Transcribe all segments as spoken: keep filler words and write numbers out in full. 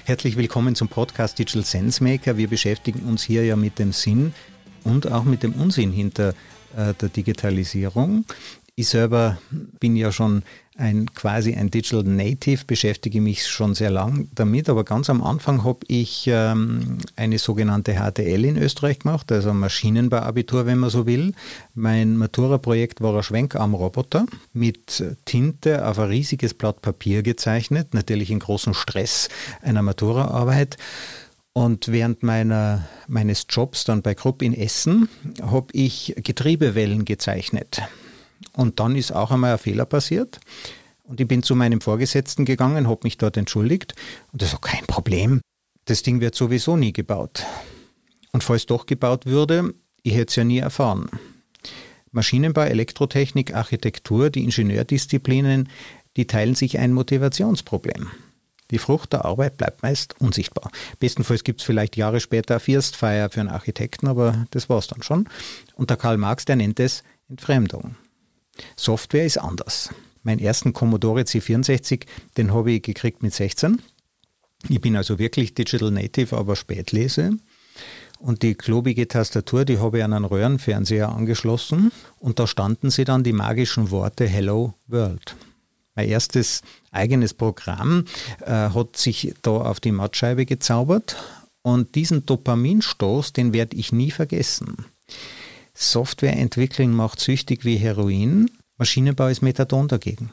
Herzlich willkommen zum Podcast Digital Sense Maker. Wir beschäftigen uns hier ja mit dem Sinn und auch mit dem Unsinn hinter äh, der Digitalisierung. Ich selber bin ja schon ein quasi ein Digital Native, beschäftige mich schon sehr lang damit, aber ganz am Anfang habe ich ähm, eine sogenannte H T L in Österreich gemacht, also ein Maschinenbauabitur, wenn man so will. Mein Matura-Projekt war ein Schwenkarmroboter mit Tinte auf ein riesiges Blatt Papier gezeichnet, natürlich in großem Stress einer Maturaarbeit. Und während meiner, meines Jobs dann bei Krupp in Essen habe ich Getriebewellen gezeichnet. Und dann ist auch einmal ein Fehler passiert und ich bin zu meinem Vorgesetzten gegangen, habe mich dort entschuldigt und er so, kein Problem, das Ding wird sowieso nie gebaut. Und falls doch gebaut würde, ich hätte es ja nie erfahren. Maschinenbau, Elektrotechnik, Architektur, die Ingenieurdisziplinen, die teilen sich ein Motivationsproblem. Die Frucht der Arbeit bleibt meist unsichtbar. Bestenfalls gibt es vielleicht Jahre später eine Firstfeier für einen Architekten, aber das war es dann schon. Und der Karl Marx, der nennt es Entfremdung. Software ist anders. Meinen ersten Commodore C vierundsechzig, den habe ich gekriegt mit sechzehn. Ich bin also wirklich Digital Native, aber Spätlese. Und die klobige Tastatur, die habe ich an einen Röhrenfernseher angeschlossen. Und da standen sie dann die magischen Worte Hello World. Mein erstes eigenes Programm äh, hat sich da auf die Mattscheibe gezaubert. Und diesen Dopaminstoß, den werde ich nie vergessen. Software entwickeln macht süchtig wie Heroin, Maschinenbau ist Methadon dagegen.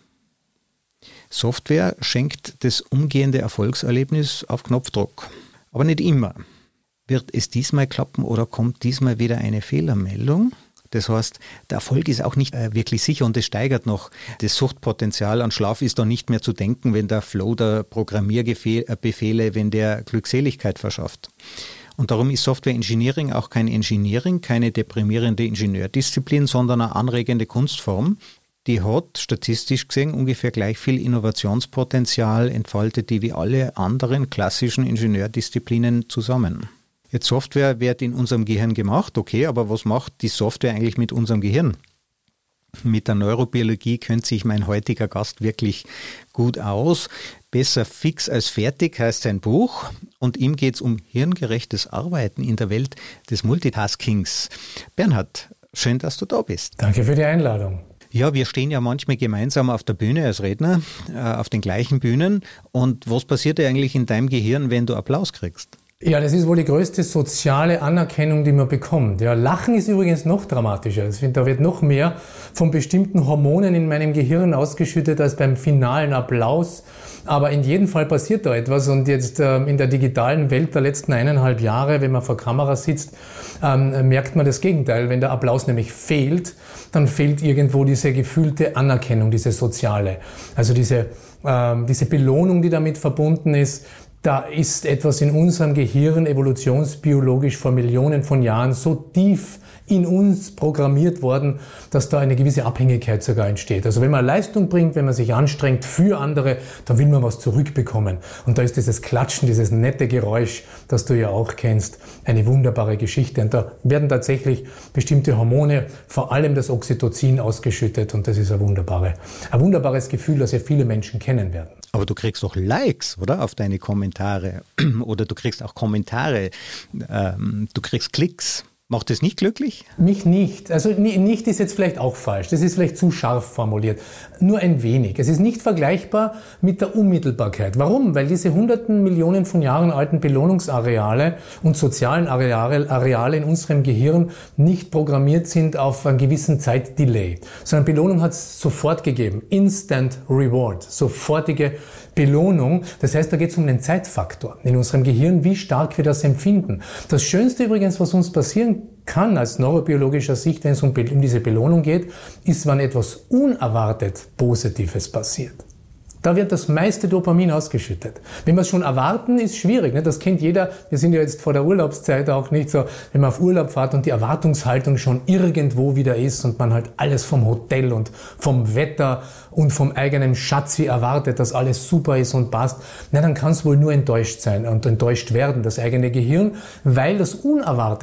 Software schenkt das umgehende Erfolgserlebnis auf Knopfdruck. Aber nicht immer. Wird es diesmal klappen oder kommt diesmal wieder eine Fehlermeldung? Das heißt, der Erfolg ist auch nicht äh, wirklich sicher und es steigert noch. Das Suchtpotenzial an Schlaf ist da nicht mehr zu denken, wenn der Flow der Programmierbefehle, wenn der Glückseligkeit verschafft. Und darum ist Software Engineering auch kein Engineering, keine deprimierende Ingenieurdisziplin, sondern eine anregende Kunstform. Die hat statistisch gesehen ungefähr gleich viel Innovationspotenzial entfaltet, die wie alle anderen klassischen Ingenieurdisziplinen zusammen. Jetzt Software wird in unserem Gehirn gemacht, okay, aber was macht die Software eigentlich mit unserem Gehirn? Mit der Neurobiologie kennt sich mein heutiger Gast wirklich gut aus. Besser fix als fertig heißt sein Buch und ihm geht es um hirngerechtes Arbeiten in der Welt des Multitaskings. Bernhard, schön, dass du da bist. Danke für die Einladung. Ja, wir stehen ja manchmal gemeinsam auf der Bühne als Redner, äh, auf den gleichen Bühnen. Und was passiert eigentlich in deinem Gehirn, wenn du Applaus kriegst? Ja, das ist wohl die größte soziale Anerkennung, die man bekommt. Ja, Lachen ist übrigens noch dramatischer. Ich finde, da wird noch mehr von bestimmten Hormonen in meinem Gehirn ausgeschüttet als beim finalen Applaus. Aber in jedem Fall passiert da etwas. Und jetzt äh, in der digitalen Welt der letzten eineinhalb Jahre, wenn man vor Kamera sitzt, ähm, merkt man das Gegenteil. Wenn der Applaus nämlich fehlt, dann fehlt irgendwo diese gefühlte Anerkennung, diese soziale. Also diese, äh, diese Belohnung, die damit verbunden ist. Da ist etwas in unserem Gehirn evolutionsbiologisch vor Millionen von Jahren so tief in uns programmiert worden, dass da eine gewisse Abhängigkeit sogar entsteht. Also wenn man Leistung bringt, wenn man sich anstrengt für andere, dann will man was zurückbekommen. Und da ist dieses Klatschen, dieses nette Geräusch, das du ja auch kennst, eine wunderbare Geschichte. Und da werden tatsächlich bestimmte Hormone, vor allem das Oxytocin, ausgeschüttet. Und das ist ein, wunderbare, ein wunderbares Gefühl, das ja viele Menschen kennen werden. Aber du kriegst doch Likes, oder? Auf deine Kommentare. Oder du kriegst auch Kommentare. Ähm, du kriegst Klicks. Macht das nicht glücklich? Mich nicht. Also nicht ist jetzt vielleicht auch falsch. Das ist vielleicht zu scharf formuliert. Nur ein wenig. Es ist nicht vergleichbar mit der Unmittelbarkeit. Warum? Weil diese hunderten Millionen von Jahren alten Belohnungsareale und sozialen Areale, Areale in unserem Gehirn nicht programmiert sind auf einen gewissen Zeitdelay. Sondern Belohnung hat es sofort gegeben. Instant Reward. Sofortige Belohnung. Das heißt, da geht es um den Zeitfaktor in unserem Gehirn, wie stark wir das empfinden. Das Schönste übrigens, was uns passieren kann aus neurobiologischer Sicht, wenn es um, um diese Belohnung geht, ist, wenn etwas unerwartet Positives passiert. Da wird das meiste Dopamin ausgeschüttet. Wenn wir es schon erwarten, ist schwierig. Ne? Das kennt jeder. Wir sind ja jetzt vor der Urlaubszeit auch nicht so, wenn man auf Urlaub fährt und die Erwartungshaltung schon irgendwo wieder ist und man halt alles vom Hotel und vom Wetter und vom eigenen Schatzi erwartet, dass alles super ist und passt. Na, dann kann es wohl nur enttäuscht sein und enttäuscht werden, das eigene Gehirn, weil das unerwartet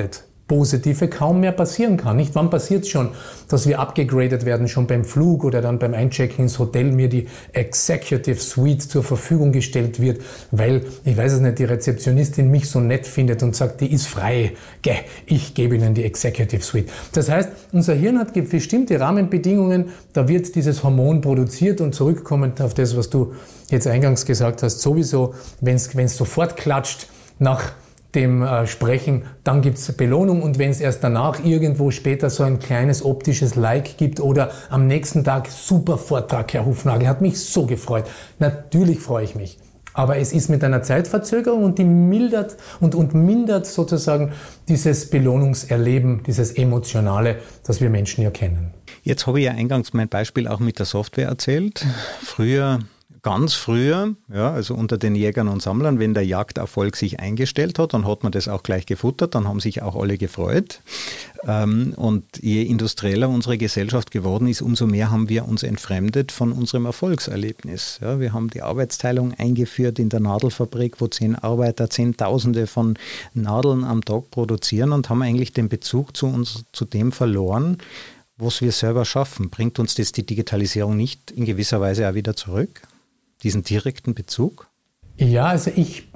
Positive kaum mehr passieren kann. Nicht? Wann passiert es schon, dass wir abgegradet werden, schon beim Flug oder dann beim Einchecken ins Hotel mir die Executive Suite zur Verfügung gestellt wird, weil, ich weiß es nicht, die Rezeptionistin mich so nett findet und sagt, die ist frei, Geh, ich gebe Ihnen die Executive Suite. Das heißt, unser Hirn hat bestimmte Rahmenbedingungen, da wird dieses Hormon produziert und zurückkommend auf das, was du jetzt eingangs gesagt hast, sowieso, wenn es sofort klatscht nach dem äh, Sprechen, dann gibt's Belohnung und wenn es erst danach irgendwo später so ein kleines optisches Like gibt oder am nächsten Tag super Vortrag, Herr Hufnagel, hat mich so gefreut. Natürlich freue ich mich. Aber es ist mit einer Zeitverzögerung und die mildert und, und mindert sozusagen dieses Belohnungserleben, dieses Emotionale, das wir Menschen ja kennen. Jetzt habe ich ja eingangs mein Beispiel auch mit der Software erzählt. Früher Ganz früher, ja, also unter den Jägern und Sammlern, wenn der Jagderfolg sich eingestellt hat, dann hat man das auch gleich gefuttert, dann haben sich auch alle gefreut. Und je industrieller unsere Gesellschaft geworden ist, umso mehr haben wir uns entfremdet von unserem Erfolgserlebnis. Ja, wir haben die Arbeitsteilung eingeführt in der Nadelfabrik, wo zehn Arbeiter Zehntausende von Nadeln am Tag produzieren und haben eigentlich den Bezug zu uns, zu dem verloren, was wir selber schaffen. Bringt uns das die Digitalisierung nicht in gewisser Weise auch wieder zurück? Diesen direkten Bezug? Ja, also ich,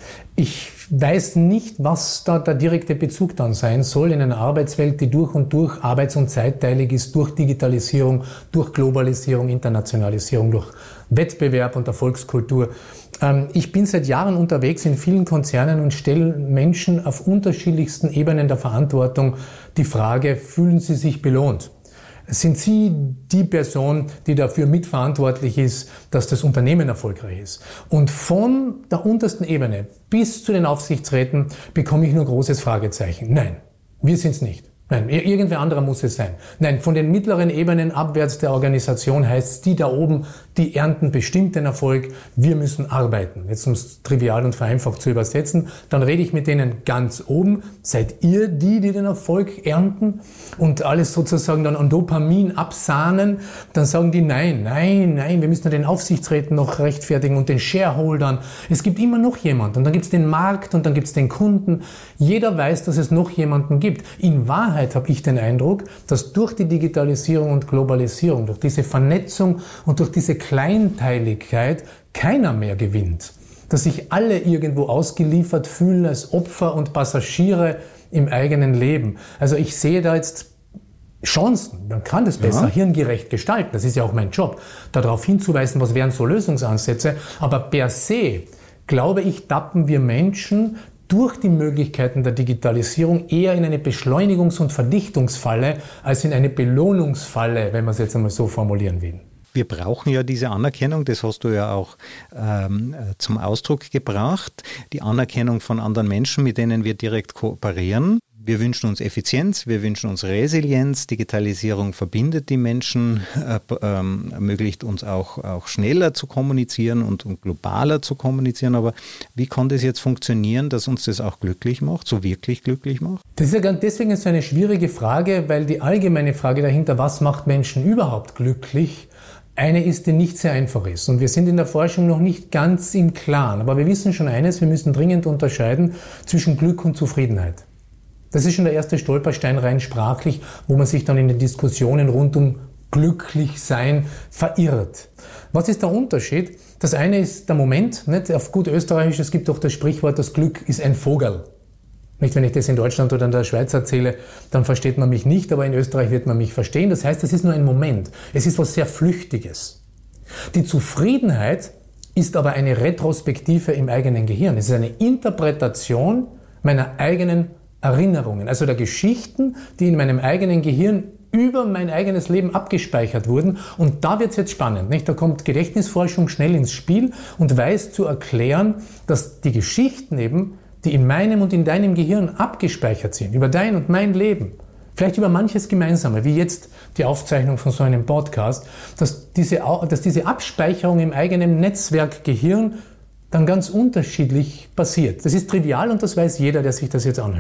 ich weiß nicht, was da der direkte Bezug dann sein soll in einer Arbeitswelt, die durch und durch arbeits- und zeitteilig ist, durch Digitalisierung, durch Globalisierung, Internationalisierung, durch Wettbewerb und Erfolgskultur. Ähm, ich bin seit Jahren unterwegs in vielen Konzernen und stelle Menschen auf unterschiedlichsten Ebenen der Verantwortung die Frage, fühlen sie sich belohnt? Sind Sie die Person, die dafür mitverantwortlich ist, dass das Unternehmen erfolgreich ist? Und von der untersten Ebene bis zu den Aufsichtsräten bekomme ich nur großes Fragezeichen. Nein, wir sind es nicht. Nein, irgendwer anderer muss es sein. Nein, von den mittleren Ebenen abwärts der Organisation heißt es, die da oben, die ernten bestimmt den Erfolg, wir müssen arbeiten. Jetzt um es trivial und vereinfacht zu übersetzen, dann rede ich mit denen ganz oben, seid ihr die, die den Erfolg ernten und alles sozusagen dann an Dopamin absahnen, dann sagen die nein, nein, nein, wir müssen den Aufsichtsräten noch rechtfertigen und den Shareholdern. Es gibt immer noch jemand und dann gibt es den Markt und dann gibt es den Kunden. Jeder weiß, dass es noch jemanden gibt. In Wahrheit habe ich den Eindruck, dass durch die Digitalisierung und Globalisierung, durch diese Vernetzung und durch diese Kleinteiligkeit keiner mehr gewinnt. Dass sich alle irgendwo ausgeliefert fühlen als Opfer und Passagiere im eigenen Leben. Also ich sehe da jetzt Chancen. Man kann das besser, ja, hirngerecht gestalten. Das ist ja auch mein Job, darauf hinzuweisen, was wären so Lösungsansätze. Aber per se, glaube ich, tappen wir Menschen durch die Möglichkeiten der Digitalisierung eher in eine Beschleunigungs- und Verdichtungsfalle als in eine Belohnungsfalle, wenn man es jetzt einmal so formulieren will. Wir brauchen ja diese Anerkennung, das hast du ja auch ähm, zum Ausdruck gebracht, die Anerkennung von anderen Menschen, mit denen wir direkt kooperieren. Wir wünschen uns Effizienz, wir wünschen uns Resilienz. Digitalisierung verbindet die Menschen, äh, ähm, ermöglicht uns auch, auch schneller zu kommunizieren und, und globaler zu kommunizieren. Aber wie kann das jetzt funktionieren, dass uns das auch glücklich macht, so wirklich glücklich macht? Das ist ja deswegen so eine schwierige Frage, weil die allgemeine Frage dahinter, was macht Menschen überhaupt glücklich, eine ist, die nicht sehr einfach ist. Und wir sind in der Forschung noch nicht ganz im Klaren. Aber wir wissen schon eines, wir müssen dringend unterscheiden zwischen Glück und Zufriedenheit. Das ist schon der erste Stolperstein rein sprachlich, wo man sich dann in den Diskussionen rund um Glücklichsein verirrt. Was ist der Unterschied? Das eine ist der Moment, nicht? Auf gut Österreichisch, es gibt doch das Sprichwort, das Glück ist ein Vogel. Nicht, wenn ich das in Deutschland oder in der Schweiz erzähle, dann versteht man mich nicht, aber in Österreich wird man mich verstehen. Das heißt, es ist nur ein Moment. Es ist was sehr Flüchtiges. Die Zufriedenheit ist aber eine Retrospektive im eigenen Gehirn. Es ist eine Interpretation meiner eigenen Erinnerungen, also der Geschichten, die in meinem eigenen Gehirn über mein eigenes Leben abgespeichert wurden. Und da wird es jetzt spannend, nicht? Da kommt Gedächtnisforschung schnell ins Spiel und weiß zu erklären, dass die Geschichten eben, die in meinem und in deinem Gehirn abgespeichert sind, über dein und mein Leben, vielleicht über manches Gemeinsame, wie jetzt die Aufzeichnung von so einem Podcast, dass diese, dass diese Abspeicherung im eigenen Netzwerk Gehirn dann ganz unterschiedlich passiert. Das ist trivial und das weiß jeder, der sich das jetzt anhört.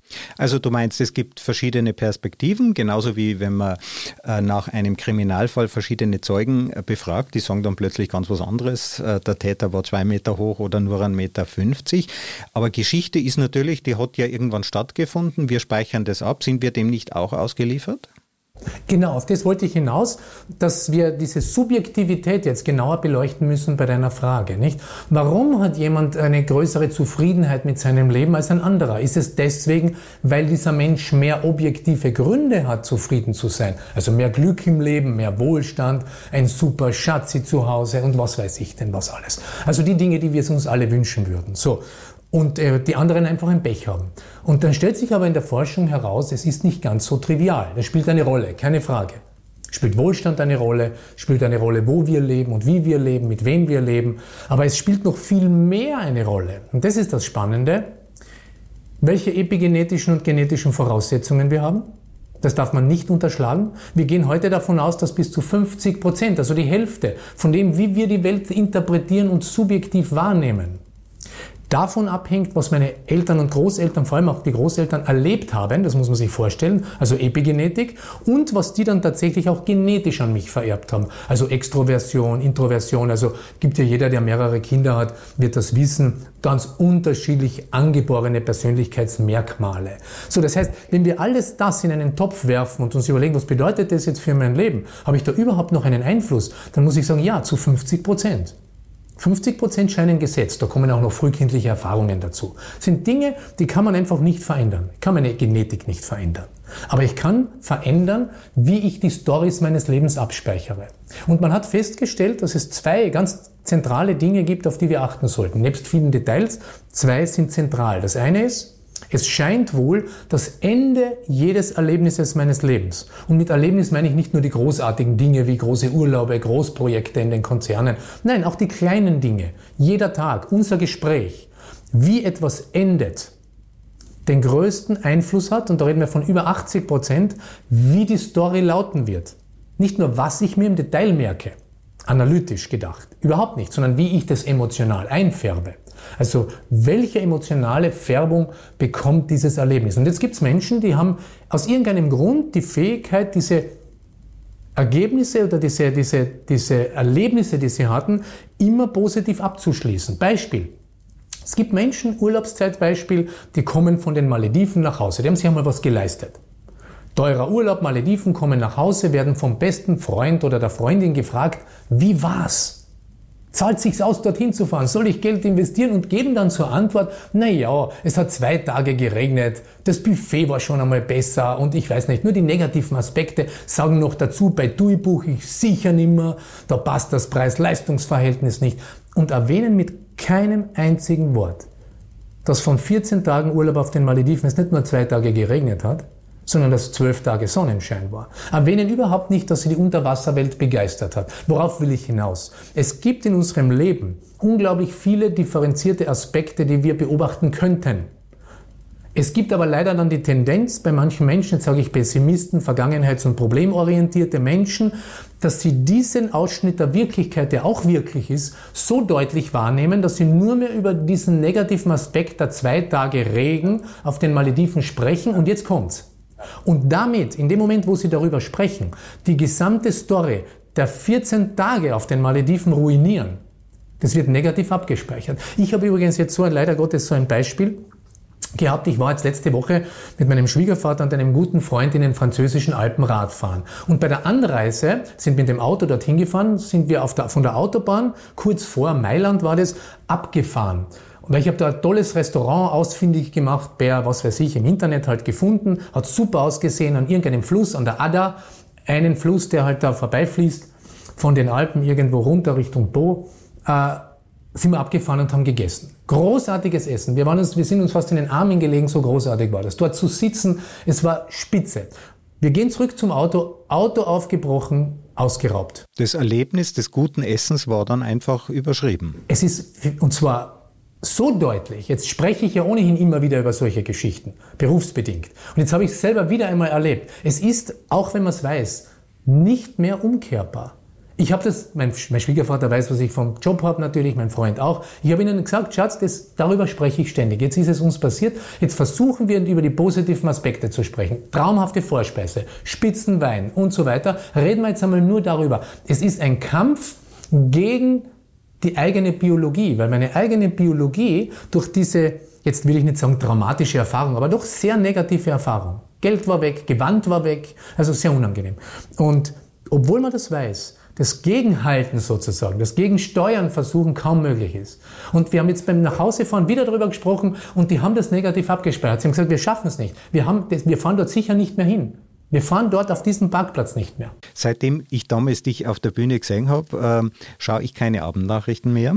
Also du meinst, es gibt verschiedene Perspektiven, genauso wie wenn man äh, nach einem Kriminalfall verschiedene Zeugen äh, befragt, die sagen dann plötzlich ganz was anderes, äh, der Täter war zwei Meter hoch oder nur ein Meter fünfzig. Aber Geschichte ist natürlich, die hat ja irgendwann stattgefunden, wir speichern das ab, sind wir dem nicht auch ausgeliefert? Genau, auf das wollte ich hinaus, dass wir diese Subjektivität jetzt genauer beleuchten müssen bei deiner Frage, nicht? Warum hat jemand eine größere Zufriedenheit mit seinem Leben als ein anderer? Ist es deswegen, weil dieser Mensch mehr objektive Gründe hat, zufrieden zu sein? Also mehr Glück im Leben, mehr Wohlstand, ein super Schatzi zu Hause und was weiß ich denn was alles. Also die Dinge, die wir uns alle wünschen würden. So. Und äh, die anderen einfach ein Pech haben. Und dann stellt sich aber in der Forschung heraus, es ist nicht ganz so trivial. Das spielt eine Rolle, keine Frage. Spielt Wohlstand eine Rolle, spielt eine Rolle, wo wir leben und wie wir leben, mit wem wir leben. Aber es spielt noch viel mehr eine Rolle. Und das ist das Spannende, welche epigenetischen und genetischen Voraussetzungen wir haben. Das darf man nicht unterschlagen. Wir gehen heute davon aus, dass bis zu fünfzig Prozent, also die Hälfte von dem, wie wir die Welt interpretieren und subjektiv wahrnehmen, davon abhängt, was meine Eltern und Großeltern, vor allem auch die Großeltern, erlebt haben, das muss man sich vorstellen, also Epigenetik, und was die dann tatsächlich auch genetisch an mich vererbt haben. Also Extroversion, Introversion, also gibt ja jeder, der mehrere Kinder hat, wird das wissen, ganz unterschiedlich angeborene Persönlichkeitsmerkmale. So, das heißt, wenn wir alles das in einen Topf werfen und uns überlegen, was bedeutet das jetzt für mein Leben, habe ich da überhaupt noch einen Einfluss, dann muss ich sagen, ja, zu fünfzig Prozent. fünfzig Prozent scheinen gesetzt, da kommen auch noch frühkindliche Erfahrungen dazu. Das sind Dinge, die kann man einfach nicht verändern. Ich kann meine Genetik nicht verändern. Aber ich kann verändern, wie ich die Storys meines Lebens abspeichere. Und man hat festgestellt, dass es zwei ganz zentrale Dinge gibt, auf die wir achten sollten. Nebst vielen Details, zwei sind zentral. Das eine ist, es scheint wohl das Ende jedes Erlebnisses meines Lebens. Und mit Erlebnis meine ich nicht nur die großartigen Dinge wie große Urlaube, Großprojekte in den Konzernen. Nein, auch die kleinen Dinge. Jeder Tag, unser Gespräch, wie etwas endet, den größten Einfluss hat, und da reden wir von über achtzig Prozent, wie die Story lauten wird. Nicht nur, was ich mir im Detail merke, analytisch gedacht, überhaupt nicht, sondern wie ich das emotional einfärbe. Also welche emotionale Färbung bekommt dieses Erlebnis? Und jetzt gibt es Menschen, die haben aus irgendeinem Grund die Fähigkeit, diese Ergebnisse oder diese, diese, diese Erlebnisse, die sie hatten, immer positiv abzuschließen. Beispiel. Es gibt Menschen, Urlaubszeitbeispiel, die kommen von den Malediven nach Hause. Die haben sich einmal was geleistet. Teurer Urlaub, Malediven, kommen nach Hause, werden vom besten Freund oder der Freundin gefragt, wie war's? Zahlt sich's aus, dorthin zu fahren? Soll ich Geld investieren? Und geben dann zur Antwort, na ja, es hat zwei Tage geregnet, das Buffet war schon einmal besser und ich weiß nicht, nur die negativen Aspekte sagen noch dazu, bei TUI buche ich sicher nimmer, da passt das Preis-Leistungs-Verhältnis nicht und erwähnen mit keinem einzigen Wort, dass von vierzehn Tagen Urlaub auf den Malediven es nicht nur zwei Tage geregnet hat, sondern dass zwölf Tage Sonnenschein war. Erwähnen überhaupt nicht, dass sie die Unterwasserwelt begeistert hat. Worauf will ich hinaus? Es gibt in unserem Leben unglaublich viele differenzierte Aspekte, die wir beobachten könnten. Es gibt aber leider dann die Tendenz bei manchen Menschen, jetzt sage ich Pessimisten, vergangenheits- und problemorientierte Menschen, dass sie diesen Ausschnitt der Wirklichkeit, der auch wirklich ist, so deutlich wahrnehmen, dass sie nur mehr über diesen negativen Aspekt der zwei Tage Regen auf den Malediven sprechen. Und jetzt kommt's. Und damit, in dem Moment, wo sie darüber sprechen, die gesamte Story der vierzehn Tage auf den Malediven ruinieren. Das wird negativ abgespeichert. Ich habe übrigens jetzt so ein, leider Gottes, so ein Beispiel gehabt. Ich war jetzt letzte Woche mit meinem Schwiegervater und einem guten Freund in den französischen Alpen Radfahren. Und bei der Anreise sind wir mit dem Auto dorthin gefahren, sind wir auf der, von der Autobahn, kurz vor Mailand war das, abgefahren. Weil ich habe da ein tolles Restaurant ausfindig gemacht, per, was weiß ich, im Internet halt gefunden, hat super ausgesehen an irgendeinem Fluss, an der Adda, einen Fluss, der halt da vorbeifließt, von den Alpen irgendwo runter Richtung Po, äh, sind wir abgefahren und haben gegessen. Großartiges Essen. Wir, waren uns, wir sind uns fast in den Armen gelegen, so großartig war das. Dort zu sitzen, es war spitze. Wir gehen zurück zum Auto, Auto aufgebrochen, ausgeraubt. Das Erlebnis des guten Essens war dann einfach überschrieben. Es ist, und zwar so deutlich, jetzt spreche ich ja ohnehin immer wieder über solche Geschichten, berufsbedingt. Und jetzt habe ich es selber wieder einmal erlebt. Es ist, auch wenn man es weiß, nicht mehr umkehrbar. Ich habe das, mein, mein Schwiegervater weiß, was ich vom Job habe natürlich, mein Freund auch. Ich habe ihnen gesagt, Schatz, das, darüber spreche ich ständig. Jetzt ist es uns passiert. Jetzt versuchen wir, über die positiven Aspekte zu sprechen. Traumhafte Vorspeise, Spitzenwein und so weiter. Reden wir jetzt einmal nur darüber. Es ist ein Kampf gegen die eigene Biologie, weil meine eigene Biologie durch diese, jetzt will ich nicht sagen traumatische Erfahrung, aber doch sehr negative Erfahrung. Geld war weg, Gewand war weg, also sehr unangenehm. Und obwohl man das weiß, das Gegenhalten sozusagen, das Gegensteuern versuchen kaum möglich ist. Und wir haben jetzt beim Nachhausefahren wieder darüber gesprochen und die haben das negativ abgespeichert. Sie haben gesagt, wir schaffen es nicht. Wir, haben das, wir fahren dort sicher nicht mehr hin. Wir fahren dort auf diesem Parkplatz nicht mehr. Seitdem ich damals dich auf der Bühne gesehen habe, äh, schaue ich keine Abendnachrichten mehr.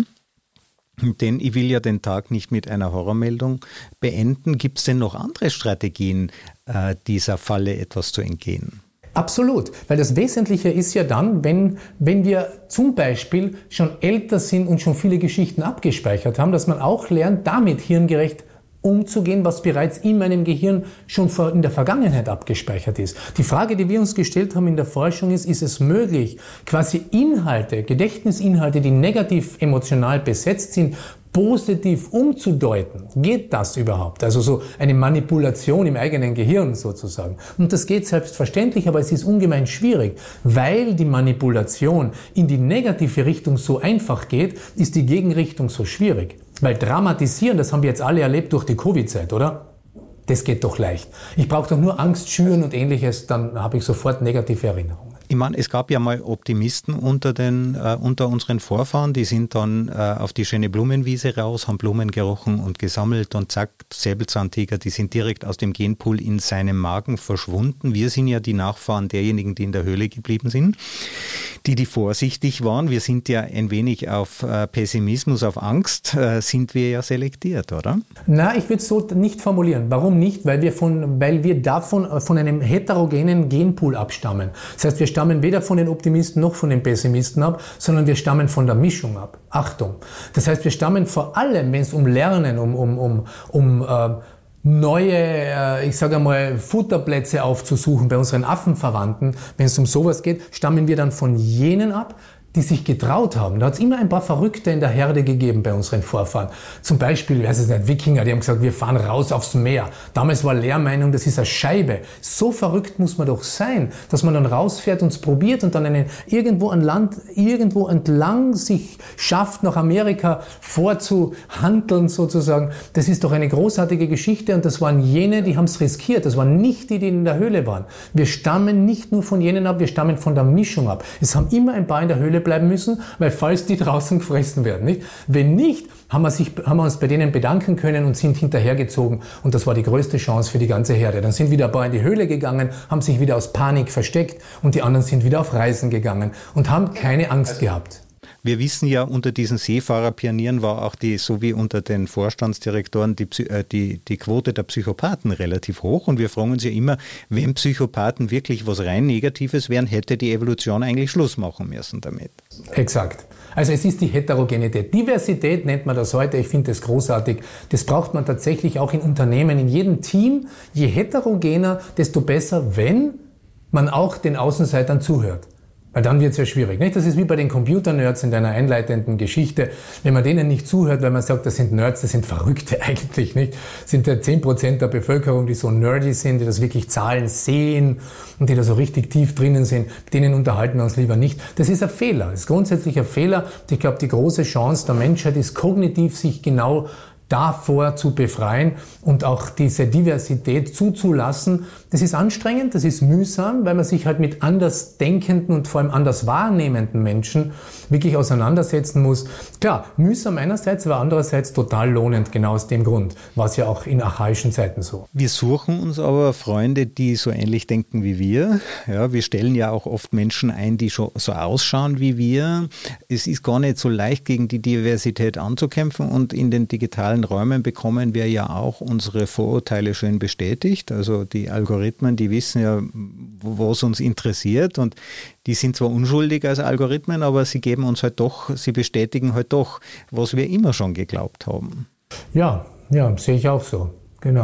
Denn ich will ja den Tag nicht mit einer Horrormeldung beenden. Gibt es denn noch andere Strategien, äh, dieser Falle etwas zu entgehen? Absolut, weil das Wesentliche ist ja dann, wenn, wenn wir zum Beispiel schon älter sind und schon viele Geschichten abgespeichert haben, dass man auch lernt, damit hirngerecht umzugehen, was bereits in meinem Gehirn schon in der Vergangenheit abgespeichert ist. Die Frage, die wir uns gestellt haben in der Forschung ist, ist es möglich, quasi Inhalte, Gedächtnisinhalte, die negativ emotional besetzt sind, positiv umzudeuten? Geht das überhaupt? Also so eine Manipulation im eigenen Gehirn sozusagen. Und das geht selbstverständlich, aber es ist ungemein schwierig. Weil die Manipulation in die negative Richtung so einfach geht, ist die Gegenrichtung so schwierig. Weil dramatisieren, das haben wir jetzt alle erlebt durch die Covid-Zeit, oder? Das geht doch leicht. Ich brauche doch nur Angst schüren und Ähnliches, dann habe ich sofort negative Erinnerungen. Ich meine, es gab ja mal Optimisten unter, den, äh, unter unseren Vorfahren, die sind dann äh, auf die schöne Blumenwiese raus, haben Blumen gerochen und gesammelt und zack, Säbelzahntiger, die sind direkt aus dem Genpool in seinem Magen verschwunden. Wir sind ja die Nachfahren derjenigen, die in der Höhle geblieben sind, die, die vorsichtig waren. Wir sind ja ein wenig auf äh, Pessimismus, auf Angst, äh, sind wir ja selektiert, oder? Na, ich würde es so nicht formulieren. Warum nicht? Weil wir, von, weil wir davon von einem heterogenen Genpool abstammen. Das heißt, wir stammen weder von den Optimisten noch von den Pessimisten ab, sondern wir stammen von der Mischung ab. Achtung! Das heißt, wir stammen vor allem, wenn es um Lernen, um, um, um, um äh, neue, äh, ich sage einmal, Futterplätze aufzusuchen bei unseren Affenverwandten, wenn es um sowas geht, stammen wir dann von jenen ab, die sich getraut haben. Da hat es immer ein paar Verrückte in der Herde gegeben bei unseren Vorfahren. Zum Beispiel, ich weiß es nicht, Wikinger, die haben gesagt, wir fahren raus aufs Meer. Damals war Lehrmeinung, das ist eine Scheibe. So verrückt muss man doch sein, dass man dann rausfährt und es probiert und dann einen, irgendwo an Land, irgendwo entlang sich schafft, nach Amerika vorzuhandeln sozusagen. Das ist doch eine großartige Geschichte und das waren jene, die haben es riskiert. Das waren nicht die, die in der Höhle waren. Wir stammen nicht nur von jenen ab, wir stammen von der Mischung ab. Es haben immer ein paar in der Höhle bleiben müssen, weil falls die draußen gefressen werden, nicht? Wenn nicht, haben wir, sich, haben wir uns bei denen bedanken können und sind hinterhergezogen und das war die größte Chance für die ganze Herde. Dann sind wieder ein paar in die Höhle gegangen, haben sich wieder aus Panik versteckt und die anderen sind wieder auf Reisen gegangen und haben keine Angst gehabt. Wir wissen ja, unter diesen Seefahrerpionieren war auch die, so wie unter den Vorstandsdirektoren, die, die, die Quote der Psychopathen relativ hoch. Und wir fragen uns ja immer, wenn Psychopathen wirklich was rein Negatives wären, hätte die Evolution eigentlich Schluss machen müssen damit. Exakt. Also es ist die Heterogenität. Diversität nennt man das heute. Ich finde das großartig. Das braucht man tatsächlich auch in Unternehmen, in jedem Team. Je heterogener, desto besser, wenn man auch den Außenseitern zuhört. Weil dann wird es ja schwierig. Nicht? Das ist wie bei den Computer-Nerds in deiner einleitenden Geschichte. Wenn man denen nicht zuhört, weil man sagt, das sind Nerds, das sind Verrückte eigentlich, nicht? Das sind ja zehn Prozent der Bevölkerung, die so nerdy sind, die das wirklich Zahlen sehen und die da so richtig tief drinnen sind. Mit denen unterhalten wir uns lieber nicht. Das ist ein Fehler. Das ist grundsätzlich ein Fehler. Ich glaube, die große Chance der Menschheit ist kognitiv, sich genau davor zu befreien und auch diese Diversität zuzulassen. Das ist anstrengend, das ist mühsam, weil man sich halt mit anders denkenden und vor allem anders wahrnehmenden Menschen wirklich auseinandersetzen muss. Klar, mühsam einerseits, aber andererseits total lohnend, genau aus dem Grund. War es ja auch in archaischen Zeiten so. Wir suchen uns aber Freunde, die so ähnlich denken wie wir. Ja, wir stellen ja auch oft Menschen ein, die schon so ausschauen wie wir. Es ist gar nicht so leicht, gegen die Diversität anzukämpfen und in den digitalen Räumen bekommen wir ja auch unsere Vorurteile schön bestätigt. Also die Algorithmen, die wissen ja, was uns interessiert und die sind zwar unschuldig als Algorithmen, aber sie geben uns halt doch, sie bestätigen halt doch, was wir immer schon geglaubt haben. Ja, ja, sehe ich auch so, genau.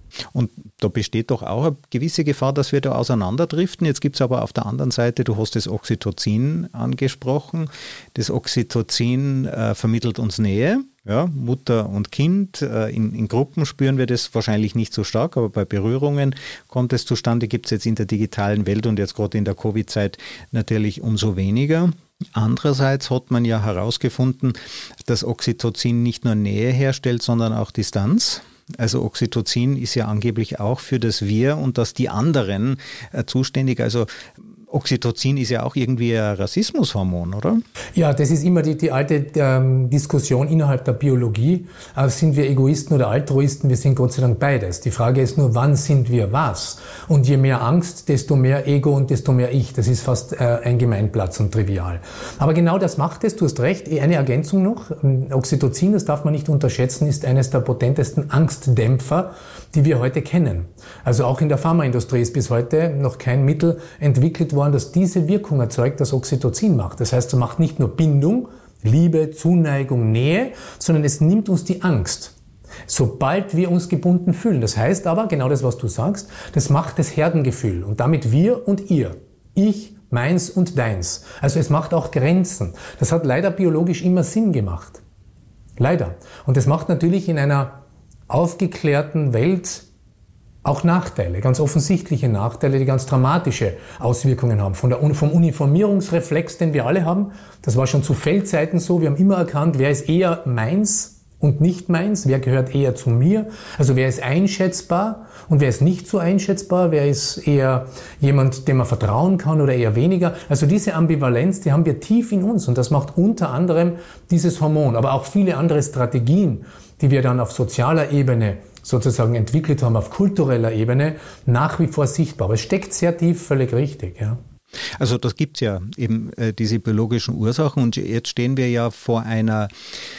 Und da besteht doch auch eine gewisse Gefahr, dass wir da auseinanderdriften. Jetzt gibt es aber auf der anderen Seite, du hast das Oxytocin angesprochen. Das Oxytocin äh, vermittelt uns Nähe. Ja, Mutter und Kind, äh, in, in Gruppen spüren wir das wahrscheinlich nicht so stark, aber bei Berührungen kommt es zustande, gibt es jetzt in der digitalen Welt und jetzt gerade in der Covid-Zeit natürlich umso weniger. Andererseits hat man ja herausgefunden, dass Oxytocin nicht nur Nähe herstellt, sondern auch Distanz. Also Oxytocin ist ja angeblich auch für das Wir und das die anderen äh, zuständig. Also Oxytocin ist ja auch irgendwie ein Rassismushormon, oder? Ja, das ist immer die, die alte ähm, Diskussion innerhalb der Biologie. Äh, sind wir Egoisten oder Altruisten? Wir sind Gott sei Dank beides. Die Frage ist nur, wann sind wir was? Und je mehr Angst, desto mehr Ego und desto mehr Ich. Das ist fast äh, ein Gemeinplatz und trivial. Aber genau das macht es, du hast recht. Eine Ergänzung noch. Oxytocin, das darf man nicht unterschätzen, ist eines der potentesten Angstdämpfer, die wir heute kennen. Also auch in der Pharmaindustrie ist bis heute noch kein Mittel entwickelt worden, das diese Wirkung erzeugt, das Oxytocin macht. Das heißt, es macht nicht nur Bindung, Liebe, Zuneigung, Nähe, sondern es nimmt uns die Angst, sobald wir uns gebunden fühlen. Das heißt aber, genau das, was du sagst, das macht das Herdengefühl und damit wir und ihr. Ich, meins und deins. Also es macht auch Grenzen. Das hat leider biologisch immer Sinn gemacht. Leider. Und das macht natürlich in einer aufgeklärten Welt auch Nachteile, ganz offensichtliche Nachteile, die ganz dramatische Auswirkungen haben. Von der, vom Uniformierungsreflex, den wir alle haben, das war schon zu Feldzeiten so, wir haben immer erkannt, wer ist eher meins und nicht meins, wer gehört eher zu mir, also wer ist einschätzbar und wer ist nicht so einschätzbar, wer ist eher jemand, dem man vertrauen kann oder eher weniger. Also diese Ambivalenz, die haben wir tief in uns und das macht unter anderem dieses Hormon, aber auch viele andere Strategien, die wir dann auf sozialer Ebene sozusagen entwickelt haben, auf kultureller Ebene, nach wie vor sichtbar. Aber es steckt sehr tief, völlig richtig, ja. Also das gibt es ja eben äh, diese biologischen Ursachen und jetzt stehen wir ja vor einer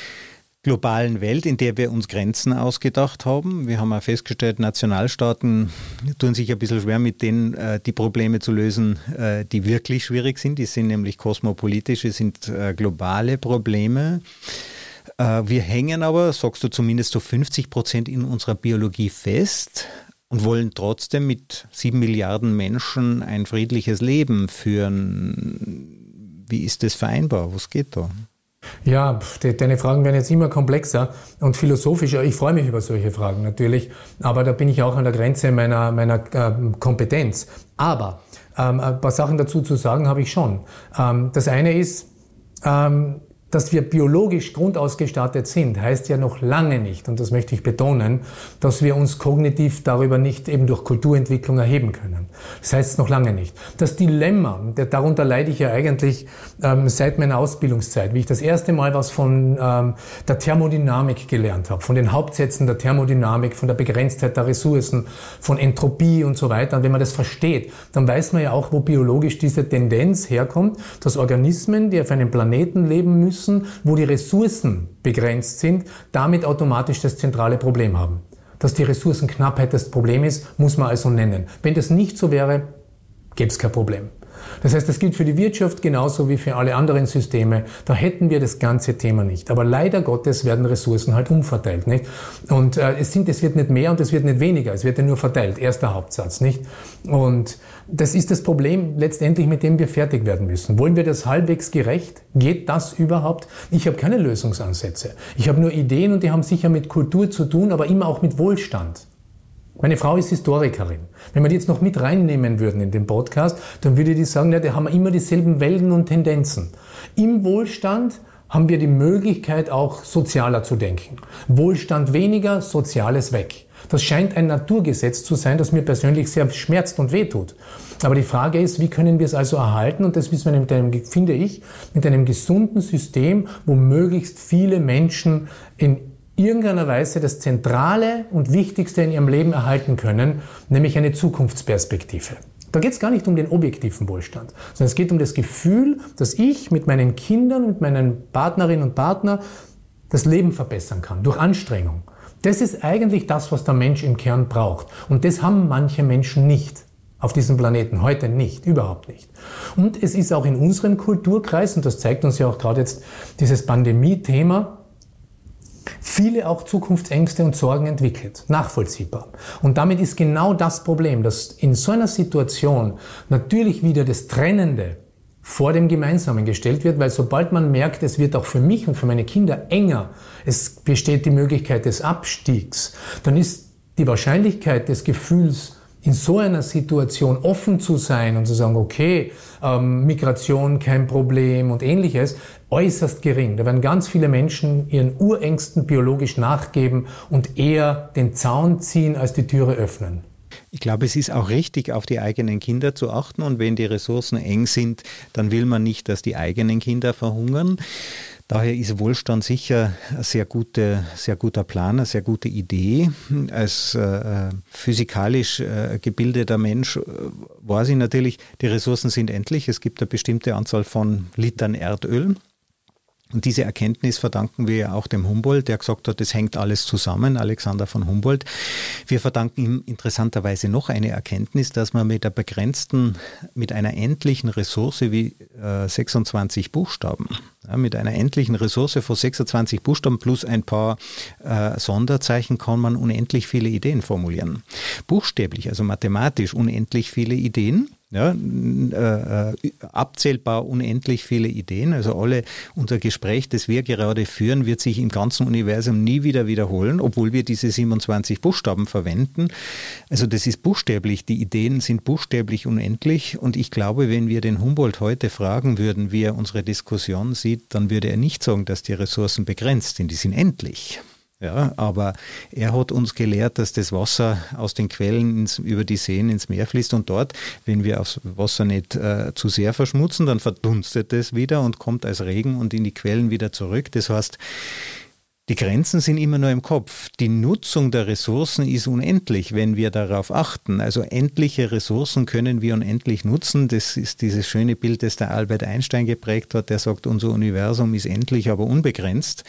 globalen Welt, in der wir uns Grenzen ausgedacht haben. Wir haben auch festgestellt, Nationalstaaten tun sich ein bisschen schwer mit denen, äh, die Probleme zu lösen, äh, die wirklich schwierig sind. Die sind nämlich kosmopolitische, sind äh, globale Probleme. Wir hängen aber, sagst du, zumindest zu fünfzig Prozent in unserer Biologie fest und wollen trotzdem mit sieben Milliarden Menschen ein friedliches Leben führen. Wie ist das vereinbar? Was geht da? Ja, deine Fragen werden jetzt immer komplexer und philosophischer. Ich freue mich über solche Fragen natürlich, aber da bin ich auch an der Grenze meiner, meiner äh, Kompetenz. Aber ähm, ein paar Sachen dazu zu sagen habe ich schon. Ähm, das eine ist, ähm, dass wir biologisch grundausgestattet sind, heißt ja noch lange nicht, und das möchte ich betonen, dass wir uns kognitiv darüber nicht eben durch Kulturentwicklung erheben können. Das heißt noch lange nicht. Das Dilemma, darunter leide ich ja eigentlich ähm, seit meiner Ausbildungszeit, wie ich das erste Mal was von ähm, der Thermodynamik gelernt habe, von den Hauptsätzen der Thermodynamik, von der Begrenztheit der Ressourcen, von Entropie und so weiter. Und wenn man das versteht, dann weiß man ja auch, wo biologisch diese Tendenz herkommt, dass Organismen, die auf einem Planeten leben müssen, wo die Ressourcen begrenzt sind, damit automatisch das zentrale Problem haben. Dass die Ressourcenknappheit das Problem ist, muss man also nennen. Wenn das nicht so wäre, gäbe es kein Problem. Das heißt, das gilt für die Wirtschaft genauso wie für alle anderen Systeme. Da hätten wir das ganze Thema nicht. Aber leider Gottes werden Ressourcen halt umverteilt, nicht? Und äh, es sind, es wird nicht mehr und es wird nicht weniger. Es wird ja nur verteilt. Erster Hauptsatz, nicht? Und das ist das Problem letztendlich, mit dem wir fertig werden müssen. Wollen wir das halbwegs gerecht? Geht das überhaupt? Ich habe keine Lösungsansätze. Ich habe nur Ideen und die haben sicher mit Kultur zu tun, aber immer auch mit Wohlstand. Meine Frau ist Historikerin. Wenn wir die jetzt noch mit reinnehmen würden in den Podcast, dann würde die sagen, ja, da haben wir immer dieselben Wellen und Tendenzen. Im Wohlstand haben wir die Möglichkeit, auch sozialer zu denken. Wohlstand weniger, Soziales weg. Das scheint ein Naturgesetz zu sein, das mir persönlich sehr schmerzt und wehtut. Aber die Frage ist, wie können wir es also erhalten? Und das müssen wir mit einem, finde ich, mit einem gesunden System, wo möglichst viele Menschen in irgendeiner Weise das Zentrale und Wichtigste in ihrem Leben erhalten können, nämlich eine Zukunftsperspektive. Da geht es gar nicht um den objektiven Wohlstand, sondern es geht um das Gefühl, dass ich mit meinen Kindern, mit meinen Partnerinnen und Partnern das Leben verbessern kann, durch Anstrengung. Das ist eigentlich das, was der Mensch im Kern braucht. Und das haben manche Menschen nicht. Auf diesem Planeten heute nicht, überhaupt nicht. Und es ist auch in unserem Kulturkreis, und das zeigt uns ja auch gerade jetzt dieses Pandemie-Thema, viele auch Zukunftsängste und Sorgen entwickelt. Nachvollziehbar. Und damit ist genau das Problem, dass in so einer Situation natürlich wieder das Trennende vor dem Gemeinsamen gestellt wird, weil sobald man merkt, es wird auch für mich und für meine Kinder enger, es besteht die Möglichkeit des Abstiegs, dann ist die Wahrscheinlichkeit des Gefühls, in so einer Situation offen zu sein und zu sagen, okay, ähm, Migration kein Problem und ähnliches, äußerst gering. Da werden ganz viele Menschen ihren Urängsten biologisch nachgeben und eher den Zaun ziehen, als die Türe öffnen. Ich glaube, es ist auch richtig, auf die eigenen Kinder zu achten, und wenn die Ressourcen eng sind, dann will man nicht, dass die eigenen Kinder verhungern. Daher ist Wohlstand sicher ein sehr, gute, sehr guter Plan, eine sehr gute Idee. Als äh, physikalisch äh, gebildeter Mensch äh, weiß ich natürlich, die Ressourcen sind endlich. Es gibt eine bestimmte Anzahl von Litern Erdöl. Und diese Erkenntnis verdanken wir ja auch dem Humboldt, der gesagt hat, es hängt alles zusammen, Alexander von Humboldt. Wir verdanken ihm interessanterweise noch eine Erkenntnis, dass man mit der begrenzten, mit einer endlichen Ressource wie äh, sechsundzwanzig Buchstaben, ja, mit einer endlichen Ressource von sechsundzwanzig Buchstaben plus ein paar äh, Sonderzeichen kann man unendlich viele Ideen formulieren. Buchstäblich, also mathematisch unendlich viele Ideen. Ja, äh, abzählbar unendlich viele Ideen. Also alle unser Gespräch, das wir gerade führen, wird sich im ganzen Universum nie wieder wiederholen, obwohl wir diese siebenundzwanzig Buchstaben verwenden. Also das ist buchstäblich, die Ideen sind buchstäblich unendlich, und ich glaube, wenn wir den Humboldt heute fragen würden, wie er unsere Diskussion sieht, dann würde er nicht sagen, dass die Ressourcen begrenzt sind, die sind endlich. Ja, aber er hat uns gelehrt, dass das Wasser aus den Quellen ins, über die Seen ins Meer fließt, und dort, wenn wir das Wasser nicht äh, zu sehr verschmutzen, dann verdunstet es wieder und kommt als Regen und in die Quellen wieder zurück. Das heißt, die Grenzen sind immer nur im Kopf. Die Nutzung der Ressourcen ist unendlich, wenn wir darauf achten. Also endliche Ressourcen können wir unendlich nutzen. Das ist dieses schöne Bild, das der Albert Einstein geprägt hat, der sagt, unser Universum ist endlich, aber unbegrenzt.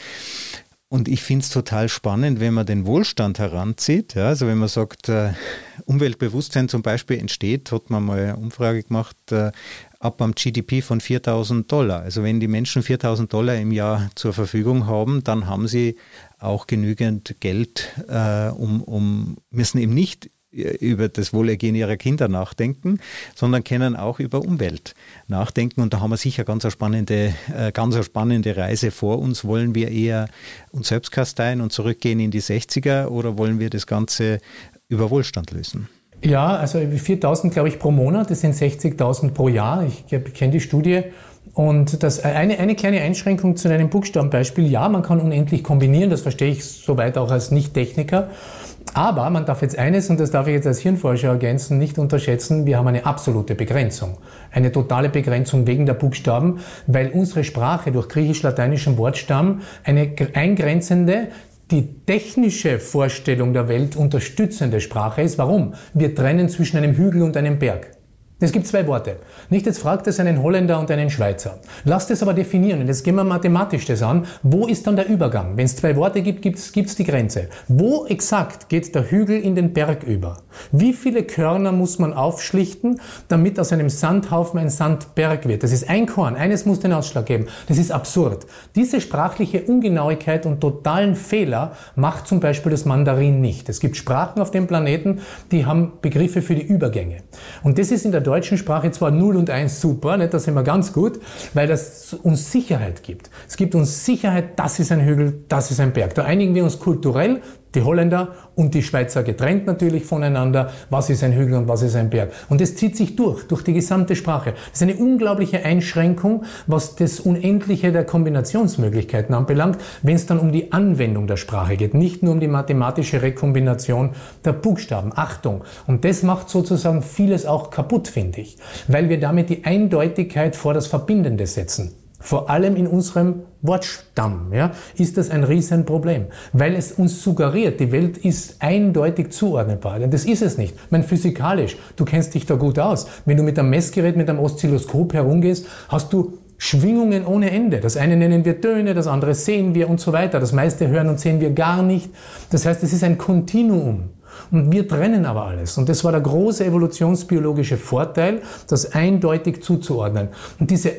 Und ich finde es total spannend, wenn man den Wohlstand heranzieht. Ja, also wenn man sagt, äh, Umweltbewusstsein zum Beispiel entsteht, hat man mal eine Umfrage gemacht, äh, ab am G D P von viertausend Dollar. Also wenn die Menschen viertausend Dollar im Jahr zur Verfügung haben, dann haben sie auch genügend Geld, äh, um, um müssen eben nicht über das Wohlergehen ihrer Kinder nachdenken, sondern können auch über Umwelt nachdenken. Und da haben wir sicher ganz eine spannende, äh, ganz eine spannende Reise vor uns. Wollen wir eher uns selbst kasteien und zurückgehen in die sechziger, oder wollen wir das Ganze über Wohlstand lösen? Ja, also viertausend, glaube ich, pro Monat, das sind sechzigtausend pro Jahr. Ich kenne die Studie. Und das, eine, eine kleine Einschränkung zu einem Buchstabenbeispiel. Ja, man kann unendlich kombinieren, das verstehe ich soweit auch als Nicht-Techniker. Aber man darf jetzt eines, und das darf ich jetzt als Hirnforscher ergänzen, nicht unterschätzen: wir haben eine absolute Begrenzung. Eine totale Begrenzung wegen der Buchstaben, weil unsere Sprache durch griechisch-lateinischen Wortstamm eine eingrenzende, die technische Vorstellung der Welt unterstützende Sprache ist. Warum? Wir trennen zwischen einem Hügel und einem Berg. Es gibt zwei Worte. Nicht, jetzt fragt es einen Holländer und einen Schweizer. Lasst es aber definieren, und jetzt gehen wir mathematisch das an. Wo ist dann der Übergang? Wenn es zwei Worte gibt, gibt es die Grenze. Wo exakt geht der Hügel in den Berg über? Wie viele Körner muss man aufschlichten, damit aus einem Sandhaufen ein Sandberg wird? Das ist ein Korn, eines muss den Ausschlag geben. Das ist absurd. Diese sprachliche Ungenauigkeit und totalen Fehler macht zum Beispiel das Mandarin nicht. Es gibt Sprachen auf dem Planeten, die haben Begriffe für die Übergänge. Und das ist in der deutschen Sprache zwar null und eins super, nicht? Das sind wir ganz gut, weil das uns Sicherheit gibt. Es gibt uns Sicherheit, das ist ein Hügel, das ist ein Berg. Da einigen wir uns kulturell, die Holländer und die Schweizer getrennt natürlich voneinander, was ist ein Hügel und was ist ein Berg. Und das zieht sich durch, durch die gesamte Sprache. Das ist eine unglaubliche Einschränkung, was das Unendliche der Kombinationsmöglichkeiten anbelangt, wenn es dann um die Anwendung der Sprache geht, nicht nur um die mathematische Rekombination der Buchstaben. Achtung! Und das macht sozusagen vieles auch kaputt, finde ich, weil wir damit die Eindeutigkeit vor das Verbindende setzen. Vor allem in unserem Wortstamm, ja, ist das ein Riesenproblem, weil es uns suggeriert, die Welt ist eindeutig zuordnenbar. Denn das ist es nicht. Ich meine, physikalisch, du kennst dich da gut aus. Wenn du mit einem Messgerät, mit einem Oszilloskop herumgehst, hast du Schwingungen ohne Ende. Das eine nennen wir Töne, das andere sehen wir und so weiter. Das meiste hören und sehen wir gar nicht. Das heißt, es ist ein Kontinuum. Und wir trennen aber alles. Und das war der große evolutionsbiologische Vorteil, das eindeutig zuzuordnen. Und diese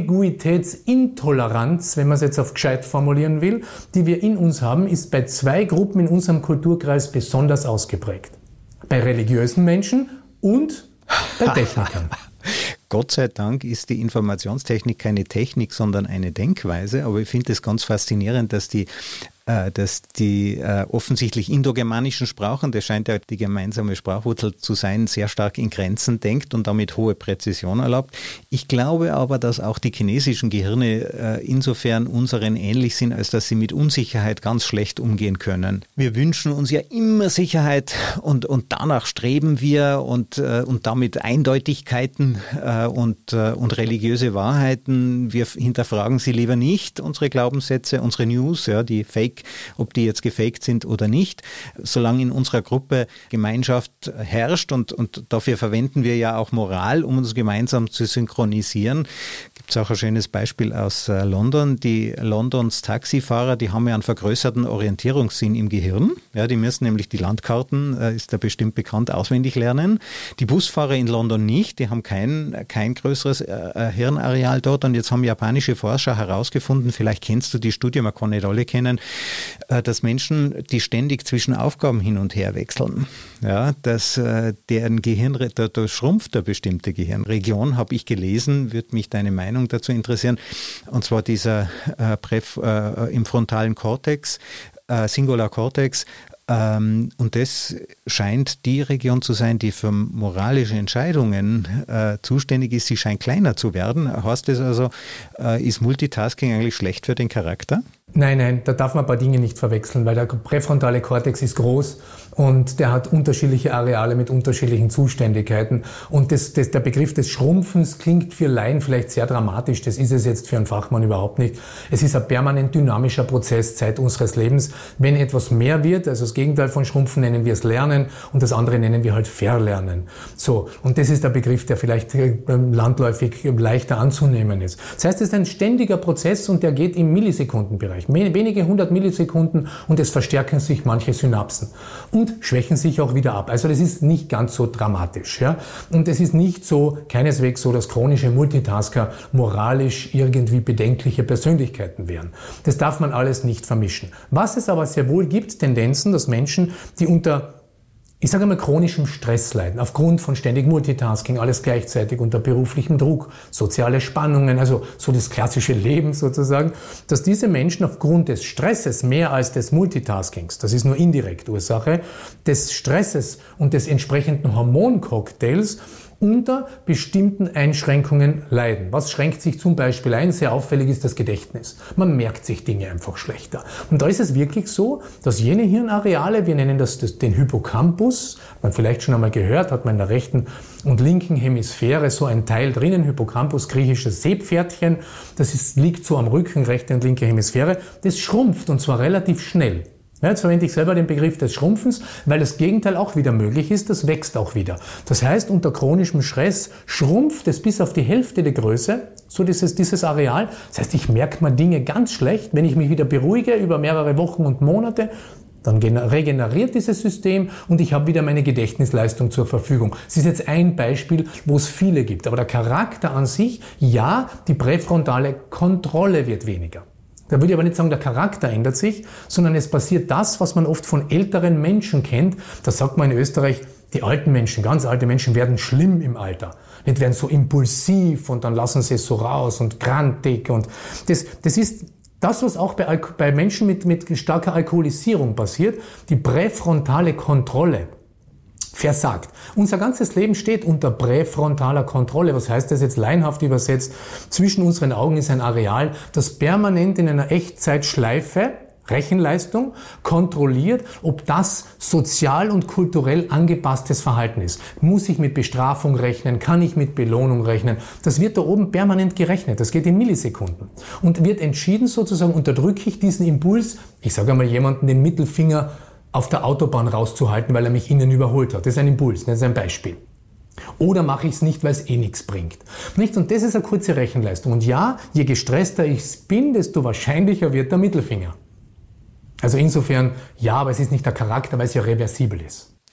Ambiguitätsintoleranz, wenn man es jetzt auf gescheit formulieren will, die wir in uns haben, ist bei zwei Gruppen in unserem Kulturkreis besonders ausgeprägt. Bei religiösen Menschen und bei Technikern. Gott sei Dank ist die Informationstechnik keine Technik, sondern eine Denkweise. Aber ich finde es ganz faszinierend, dass die, äh, dass die äh, offensichtlich indogermanischen Sprachen, das scheint ja die gemeinsame Sprachwurzel zu sein, sehr stark in Grenzen denkt und damit hohe Präzision erlaubt. Ich glaube aber, dass auch die chinesischen Gehirne äh, insofern unseren ähnlich sind, als dass sie mit Unsicherheit ganz schlecht umgehen können. Wir wünschen uns ja immer Sicherheit und, und danach streben wir und, äh, und damit Eindeutigkeiten äh, und, äh, und religiöse Wahrheiten. Wir hinterfragen sie lieber nicht, unsere Glaubenssätze, unsere News, ja, die Fake, ob die jetzt gefaked sind oder nicht. Solange in unserer Gruppe Gemeinschaft herrscht und, und dafür verwenden wir ja auch Moral, um uns gemeinsam zu synchronisieren. Gibt es auch ein schönes Beispiel aus äh, London. Die Londons Taxifahrer, die haben ja einen vergrößerten Orientierungssinn im Gehirn. Ja, die müssen nämlich die Landkarten, äh, ist ja bestimmt bekannt, auswendig lernen. Die Busfahrer in London nicht, die haben kein, kein größeres äh, Hirnareal dort. Und jetzt haben japanische Forscher herausgefunden, vielleicht kennst du die Studie, man kann nicht alle kennen, äh, dass Menschen, die ständig zwischen Aufgaben hin und her wechseln, ja, dass äh, deren Gehirn, da, da schrumpft eine bestimmte Gehirnregion, habe ich gelesen, würde mich deine Meinung dazu interessieren. Und zwar dieser äh, Präf, äh, im frontalen Kortex, äh, Singular Cortex. Ähm, und das scheint die Region zu sein, die für moralische Entscheidungen äh, zuständig ist. Sie scheint kleiner zu werden. Heißt das also, äh, ist Multitasking eigentlich schlecht für den Charakter? Nein, nein, da darf man ein paar Dinge nicht verwechseln, weil der präfrontale Kortex ist groß und der hat unterschiedliche Areale mit unterschiedlichen Zuständigkeiten. Und das, das, der Begriff des Schrumpfens klingt für Laien vielleicht sehr dramatisch, das ist es jetzt für einen Fachmann überhaupt nicht. Es ist ein permanent dynamischer Prozess Zeit unseres Lebens. Wenn etwas mehr wird, also das Gegenteil von Schrumpfen nennen wir es Lernen und das andere nennen wir halt Verlernen. So, und das ist der Begriff, der vielleicht landläufig leichter anzunehmen ist. Das heißt, es ist ein ständiger Prozess und der geht im Millisekundenbereich. Wenige hundert Millisekunden und es verstärken sich manche Synapsen und schwächen sich auch wieder ab. Also das ist nicht ganz so dramatisch. Ja? Und es ist nicht so, keineswegs so, dass chronische Multitasker moralisch irgendwie bedenkliche Persönlichkeiten wären. Das darf man alles nicht vermischen. Was es aber sehr wohl gibt, Tendenzen, dass Menschen, die unter ich sage mal, chronischem Stress leiden, aufgrund von ständig Multitasking, alles gleichzeitig unter beruflichem Druck, soziale Spannungen, also so das klassische Leben sozusagen, dass diese Menschen aufgrund des Stresses mehr als des Multitaskings, das ist nur indirekt Ursache, des Stresses und des entsprechenden Hormoncocktails unter bestimmten Einschränkungen leiden. Was schränkt sich zum Beispiel ein? Sehr auffällig ist das Gedächtnis. Man merkt sich Dinge einfach schlechter. Und da ist es wirklich so, dass jene Hirnareale, wir nennen das, das den Hippocampus, man vielleicht schon einmal gehört, hat man in der rechten und linken Hemisphäre so ein Teil drinnen, Hippocampus, griechisches Seepferdchen, das ist, liegt so am Rücken, rechte und linke Hemisphäre, das schrumpft und zwar relativ schnell. Ja, jetzt verwende ich selber den Begriff des Schrumpfens, weil das Gegenteil auch wieder möglich ist, das wächst auch wieder. Das heißt, unter chronischem Stress schrumpft es bis auf die Hälfte der Größe, so dieses, dieses Areal. Das heißt, ich merke mal Dinge ganz schlecht, wenn ich mich wieder beruhige über mehrere Wochen und Monate, dann regeneriert dieses System und ich habe wieder meine Gedächtnisleistung zur Verfügung. Das ist jetzt ein Beispiel, wo es viele gibt. Aber der Charakter an sich, ja, die präfrontale Kontrolle wird weniger. Da würde ich aber nicht sagen, der Charakter ändert sich, sondern es passiert das, was man oft von älteren Menschen kennt. Das sagt man in Österreich, die alten Menschen, ganz alte Menschen werden schlimm im Alter. Nicht werden so impulsiv und dann lassen sie es so raus und grantig. Und das, das ist das, was auch bei, bei Menschen mit, mit starker Alkoholisierung passiert, die präfrontale Kontrolle versagt. Unser ganzes Leben steht unter präfrontaler Kontrolle. Was heißt das jetzt laienhaft übersetzt? Zwischen unseren Augen ist ein Areal, das permanent in einer Echtzeitschleife, Rechenleistung, kontrolliert, ob das sozial und kulturell angepasstes Verhalten ist. Muss ich mit Bestrafung rechnen? Kann ich mit Belohnung rechnen? Das wird da oben permanent gerechnet. Das geht in Millisekunden. Und wird entschieden sozusagen, unterdrücke ich diesen Impuls, ich sage einmal jemanden den Mittelfinger auf der Autobahn rauszuhalten, weil er mich innen überholt hat. Das ist ein Impuls, das ist ein Beispiel. Oder mache ich es nicht, weil es eh nichts bringt. Nicht? Und das ist eine kurze Rechenleistung. Und ja, je gestresster ich bin, desto wahrscheinlicher wird der Mittelfinger. Also insofern, ja, aber es ist nicht der Charakter, weil es ja reversibel ist.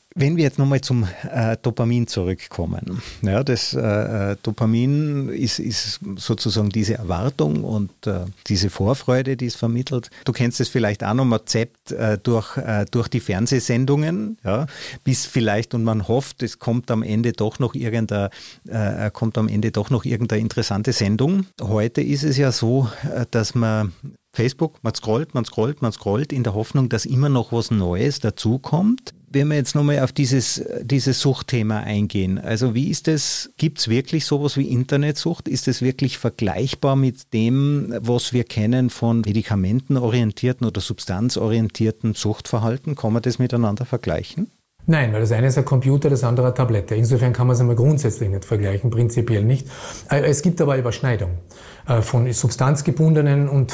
Wenn wir jetzt nochmal zum äh, Dopamin zurückkommen. Ja, das äh, Dopamin ist, ist sozusagen diese Erwartung und äh, diese Vorfreude, die es vermittelt. Du kennst es vielleicht auch noch, man zappt äh, durch, äh, durch die Fernsehsendungen, ja, bis vielleicht, und man hofft, es kommt am Ende doch noch irgendeine, äh, kommt am Ende doch noch irgendeine interessante Sendung. Heute ist es ja so, äh, dass man Facebook, man scrollt, man scrollt, man scrollt in der Hoffnung, dass immer noch was Neues dazukommt. Wenn wir jetzt nochmal auf dieses, dieses Suchtthema eingehen, also wie ist das, gibt es wirklich sowas wie Internetsucht? Ist es wirklich vergleichbar mit dem, was wir kennen von medikamentenorientierten oder substanzorientierten Suchtverhalten? Kann man das miteinander vergleichen? Nein, weil das eine ist ein Computer, das andere eine Tablette. Insofern kann man es einmal grundsätzlich nicht vergleichen, prinzipiell nicht. Es gibt aber Überschneidung von substanzgebundenen und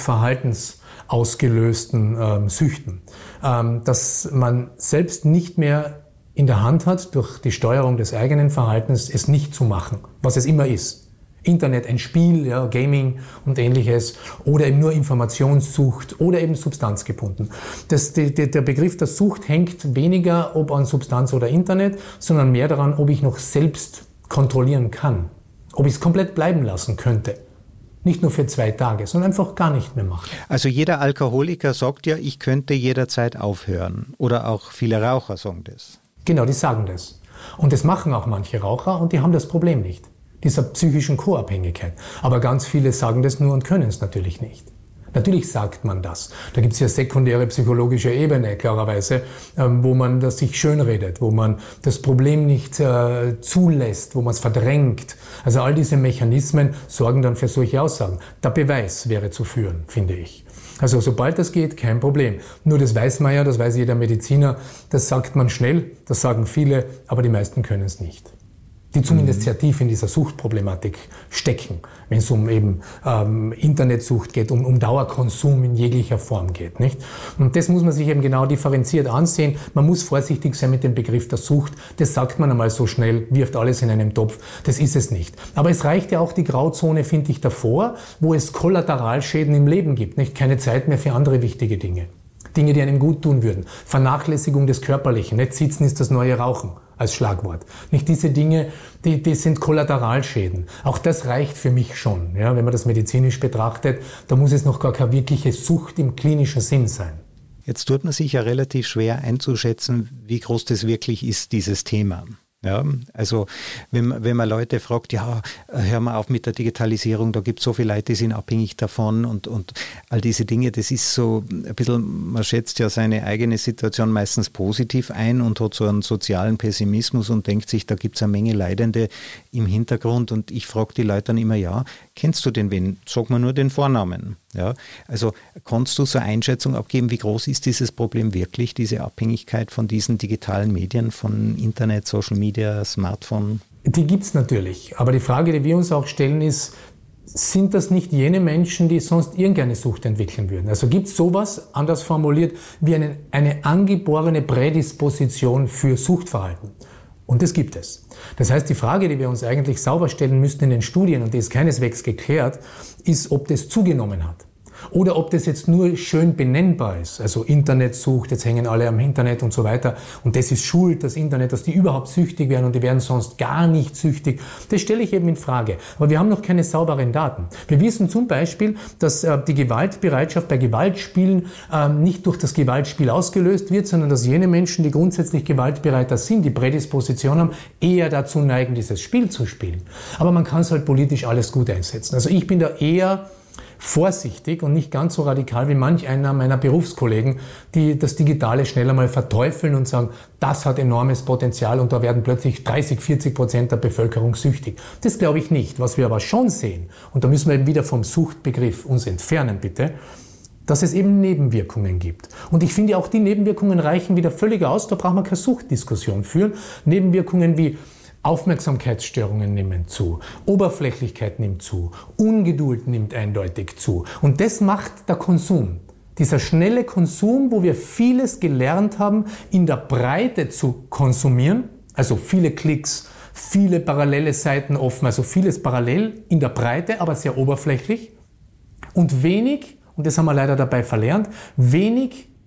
verhaltensausgelösten ähm, Süchten. Ähm, dass man selbst nicht mehr in der Hand hat, durch die Steuerung des eigenen Verhaltens es nicht zu machen, was es immer ist. Internet, ein Spiel, ja, Gaming und ähnliches, oder eben nur Informationssucht oder eben substanzgebunden. Das, die, die, der Begriff der Sucht hängt weniger ob an Substanz oder Internet, sondern mehr daran, ob ich noch selbst kontrollieren kann, ob ich es komplett bleiben lassen könnte. Nicht nur für zwei Tage, sondern einfach gar nicht mehr machen. Also jeder Alkoholiker sagt ja, ich könnte jederzeit aufhören. Oder auch viele Raucher sagen das. Genau, die sagen das. Und das machen auch manche Raucher und die haben das Problem nicht. Dieser psychischen Co-Abhängigkeit. Aber ganz viele sagen das nur und können es natürlich nicht. Natürlich sagt man das. Da gibt es ja sekundäre psychologische Ebene, klarerweise, ähm, wo man das sich schönredet, wo man das Problem nicht äh, zulässt, wo man es verdrängt. Also all diese Mechanismen sorgen dann für solche Aussagen. Der Beweis wäre zu führen, finde ich. Also sobald das geht, kein Problem. Nur das weiß man ja, das weiß jeder Mediziner, das sagt man schnell, das sagen viele, aber die meisten können es nicht. Die zumindest sehr tief in dieser Suchtproblematik stecken, wenn es um eben ähm, Internetsucht geht, um, um Dauerkonsum in jeglicher Form geht, nicht? Und das muss man sich eben genau differenziert ansehen. Man muss vorsichtig sein mit dem Begriff der Sucht. Das sagt man einmal so schnell, wirft alles in einen Topf. Das ist es nicht. Aber es reicht ja auch die Grauzone, finde ich, davor, wo es Kollateralschäden im Leben gibt, nicht? Keine Zeit mehr für andere wichtige Dinge. Dinge, die einem gut tun würden. Vernachlässigung des Körperlichen. Nicht sitzen ist das neue Rauchen als Schlagwort. Nicht diese Dinge, die, die sind Kollateralschäden. Auch das reicht für mich schon. Ja, wenn man das medizinisch betrachtet, da muss es noch gar keine wirkliche Sucht im klinischen Sinn sein. Jetzt tut man sich ja relativ schwer einzuschätzen, wie groß das wirklich ist, dieses Thema. Ja, also wenn, wenn man Leute fragt, ja, hör mal auf mit der Digitalisierung, da gibt es so viele Leute, die sind abhängig davon und, und all diese Dinge, das ist so ein bisschen, man schätzt ja seine eigene Situation meistens positiv ein und hat so einen sozialen Pessimismus und denkt sich, da gibt es eine Menge Leidende im Hintergrund und ich frage die Leute dann immer, ja, kennst du den wen? Sag mir nur den Vornamen. Ja, also kannst du so eine Einschätzung abgeben, wie groß ist dieses Problem wirklich, diese Abhängigkeit von diesen digitalen Medien, von Internet, Social Media, Smartphone? Die gibt es natürlich, aber die Frage, die wir uns auch stellen, ist, sind das nicht jene Menschen, die sonst irgendeine Sucht entwickeln würden? Also gibt es sowas, anders formuliert, wie eine, eine angeborene Prädisposition für Suchtverhalten? Und das gibt es. Das heißt, die Frage, die wir uns eigentlich sauber stellen müssten in den Studien, und die ist keineswegs geklärt, ist, ob das zugenommen hat. Oder ob das jetzt nur schön benennbar ist. Also Internetsucht, jetzt hängen alle am Internet und so weiter. Und das ist schuld, das Internet, dass die überhaupt süchtig werden und die werden sonst gar nicht süchtig. Das stelle ich eben in Frage. Aber wir haben noch keine sauberen Daten. Wir wissen zum Beispiel, dass äh, die Gewaltbereitschaft bei Gewaltspielen äh, nicht durch das Gewaltspiel ausgelöst wird, sondern dass jene Menschen, die grundsätzlich gewaltbereiter sind, die Prädisposition haben, eher dazu neigen, dieses Spiel zu spielen. Aber man kann es halt politisch alles gut einsetzen. Also ich bin da eher vorsichtig und nicht ganz so radikal wie manch einer meiner Berufskollegen, die das Digitale schneller mal verteufeln und sagen, das hat enormes Potenzial und da werden plötzlich dreißig, vierzig Prozent der Bevölkerung süchtig. Das glaube ich nicht. Was wir aber schon sehen, und da müssen wir eben wieder vom Suchtbegriff uns entfernen, bitte, dass es eben Nebenwirkungen gibt. Und ich finde auch die Nebenwirkungen reichen wieder völlig aus, da braucht man keine Suchtdiskussion führen. Nebenwirkungen wie Aufmerksamkeitsstörungen nehmen zu, Oberflächlichkeit nimmt zu, Ungeduld nimmt eindeutig zu. Und das macht der Konsum. Dieser schnelle Konsum, wo wir vieles gelernt haben, in der Breite zu konsumieren, also viele Klicks, viele parallele Seiten offen, also vieles parallel in der Breite, aber sehr oberflächlich und wenig, und das haben wir leider dabei verlernt, wenig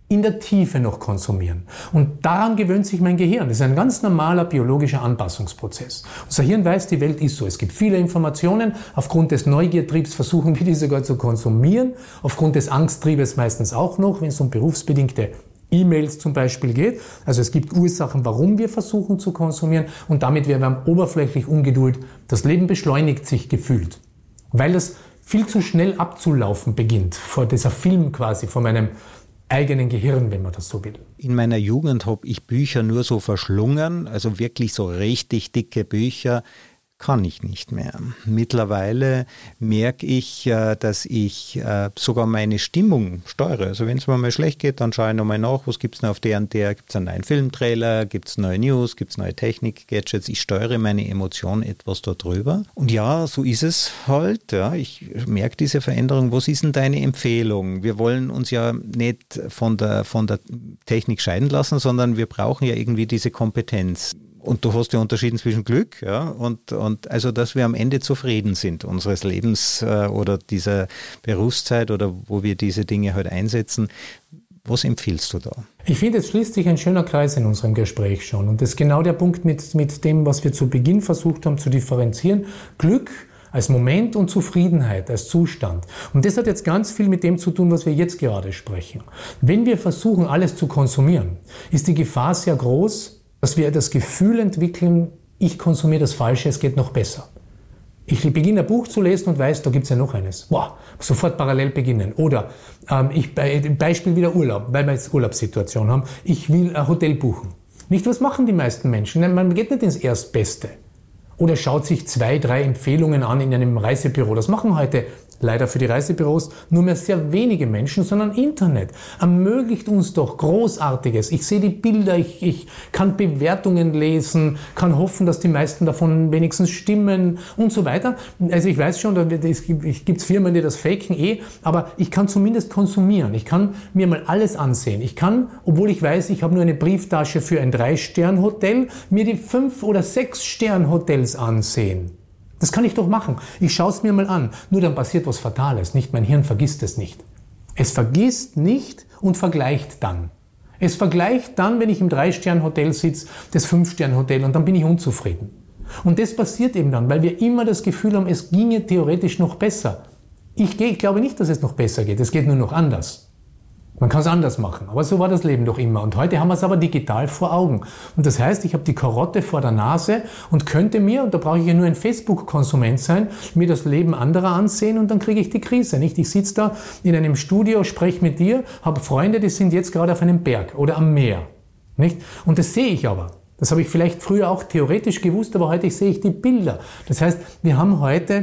in der Tiefe noch konsumieren. Und daran gewöhnt sich mein Gehirn. Das ist ein ganz normaler biologischer Anpassungsprozess. Unser Hirn weiß, die Welt ist so. Es gibt viele Informationen. Aufgrund des Neugiertriebs versuchen wir die sogar zu konsumieren. Aufgrund des Angsttriebes meistens auch noch, wenn es um berufsbedingte E-Mails zum Beispiel geht. Also es gibt Ursachen, warum wir versuchen zu konsumieren. Und damit werden wir oberflächlich Ungeduld. Das Leben beschleunigt sich gefühlt. Weil es viel zu schnell abzulaufen beginnt. Vor dieser Film quasi, vor meinem eigenen Gehirn, wenn man das so will. In meiner Jugend habe ich Bücher nur so verschlungen, also wirklich so richtig dicke Bücher, kann ich nicht mehr. Mittlerweile merke ich, dass ich sogar meine Stimmung steuere. Also wenn es mir mal schlecht geht, dann schaue ich nochmal nach, was gibt es noch auf der und der, gibt es einen neuen Filmtrailer, gibt es neue News, gibt es neue Technik-Gadgets. Ich steuere meine Emotionen etwas darüber. Und ja, so ist es halt. Ja. Ich merke diese Veränderung. Was ist denn deine Empfehlung? Wir wollen uns ja nicht von der, von der Technik scheiden lassen, sondern wir brauchen ja irgendwie diese Kompetenz. Und du hast ja unterschieden zwischen Glück, ja, und, und also, dass wir am Ende zufrieden sind unseres Lebens äh, oder dieser Berufszeit oder wo wir diese Dinge halt einsetzen. Was empfiehlst du da? Ich finde, es schließt sich ein schöner Kreis in unserem Gespräch schon. Und das ist genau der Punkt mit, mit dem, was wir zu Beginn versucht haben zu differenzieren. Glück als Moment und Zufriedenheit als Zustand. Und das hat jetzt ganz viel mit dem zu tun, was wir jetzt gerade sprechen. Wenn wir versuchen, alles zu konsumieren, ist die Gefahr sehr groß, dass wir das Gefühl entwickeln, ich konsumiere das Falsche, es geht noch besser. Ich beginne ein Buch zu lesen und weiß, da gibt es ja noch eines. Wow, sofort parallel beginnen. Oder ähm, ich Beispiel wieder Urlaub, weil wir jetzt Urlaubssituation haben. Ich will ein Hotel buchen. Nicht, was machen die meisten Menschen? Man geht nicht ins Erstbeste. Oder schaut sich zwei, drei Empfehlungen an in einem Reisebüro. Das machen heute leider für die Reisebüros nur mehr sehr wenige Menschen, sondern Internet ermöglicht uns doch Großartiges. Ich sehe die Bilder, ich, ich kann Bewertungen lesen, kann hoffen, dass die meisten davon wenigstens stimmen und so weiter. Also ich weiß schon, es gibt Firmen, die das faken eh, aber ich kann zumindest konsumieren. Ich kann mir mal alles ansehen. Ich kann, obwohl ich weiß, ich habe nur eine Brieftasche für ein Drei-Stern-Hotel, mir die Fünf- oder Sechs-Stern-Hotels ansehen. Das kann ich doch machen. Ich schaue es mir mal an. Nur dann passiert was Fatales. Nicht, mein Hirn vergisst es nicht. Es vergisst nicht und vergleicht dann. Es vergleicht dann, wenn ich im Drei-Stern-Hotel sitze, das Fünf-Stern-Hotel und dann bin ich unzufrieden. Und das passiert eben dann, weil wir immer das Gefühl haben, es ginge theoretisch noch besser. Ich, ich glaube nicht, dass es noch besser geht. Es geht nur noch anders. Man kann es anders machen, aber so war das Leben doch immer. Und heute haben wir es aber digital vor Augen. Und das heißt, ich habe die Karotte vor der Nase und könnte mir, und da brauche ich ja nur ein Facebook-Konsument sein, mir das Leben anderer ansehen und dann kriege ich die Krise. Nicht? Ich sitze da in einem Studio, spreche mit dir, habe Freunde, die sind jetzt gerade auf einem Berg oder am Meer. Nicht? Und das sehe ich aber. Das habe ich vielleicht früher auch theoretisch gewusst, aber heute sehe ich die Bilder. Das heißt, wir haben heute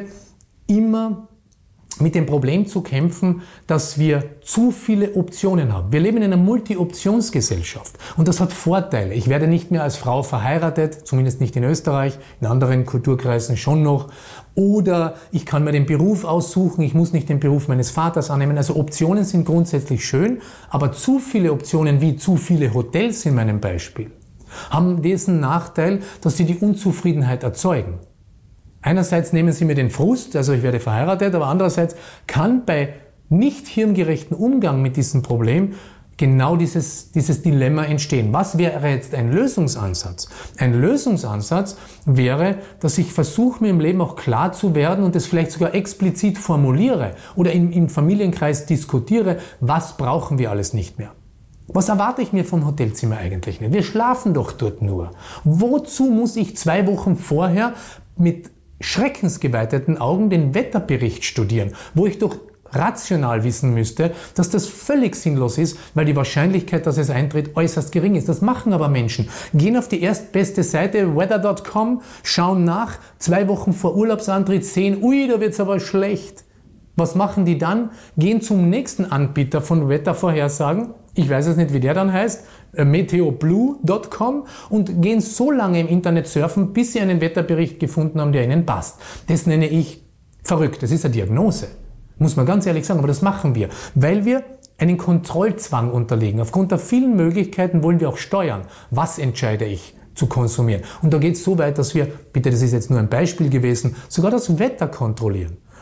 immer mit dem Problem zu kämpfen, dass wir zu viele Optionen haben. Wir leben in einer Multi-Optionsgesellschaft und das hat Vorteile. Ich werde nicht mehr als Frau verheiratet, zumindest nicht in Österreich, in anderen Kulturkreisen schon noch. Oder ich kann mir den Beruf aussuchen, ich muss nicht den Beruf meines Vaters annehmen. Also Optionen sind grundsätzlich schön, aber zu viele Optionen wie zu viele Hotels in meinem Beispiel haben diesen Nachteil, dass sie die Unzufriedenheit erzeugen. Einerseits nehmen sie mir den Frust, also ich werde verheiratet, aber andererseits kann bei nicht hirngerechten Umgang mit diesem Problem genau dieses, dieses Dilemma entstehen. Was wäre jetzt ein Lösungsansatz? Ein Lösungsansatz wäre, dass ich versuche, mir im Leben auch klar zu werden und das vielleicht sogar explizit formuliere oder im, im Familienkreis diskutiere, was brauchen wir alles nicht mehr. Was erwarte ich mir vom Hotelzimmer eigentlich nicht? Wir schlafen doch dort nur. Wozu muss ich zwei Wochen vorher mit schreckensgeweiteten Augen den Wetterbericht studieren, wo ich doch rational wissen müsste, dass das völlig sinnlos ist, weil die Wahrscheinlichkeit, dass es eintritt, äußerst gering ist. Das machen aber Menschen. Gehen auf die erstbeste Seite weather Punkt com, schauen nach, zwei Wochen vor Urlaubsantritt, sehen, ui, da wird's aber schlecht. Was machen die dann? Gehen zum nächsten Anbieter von Wettervorhersagen, ich weiß jetzt nicht, wie der dann heißt, meteoblue Punkt com und gehen so lange im Internet surfen, bis sie einen Wetterbericht gefunden haben, der ihnen passt. Das nenne ich verrückt. Das ist eine Diagnose. Muss man ganz ehrlich sagen, aber das machen wir, weil wir einen Kontrollzwang unterliegen. Aufgrund der vielen Möglichkeiten wollen wir auch steuern. Was entscheide ich zu konsumieren? Und da geht es so weit, dass wir, bitte, das ist jetzt nur ein Beispiel gewesen, sogar das Wetter kontrollieren.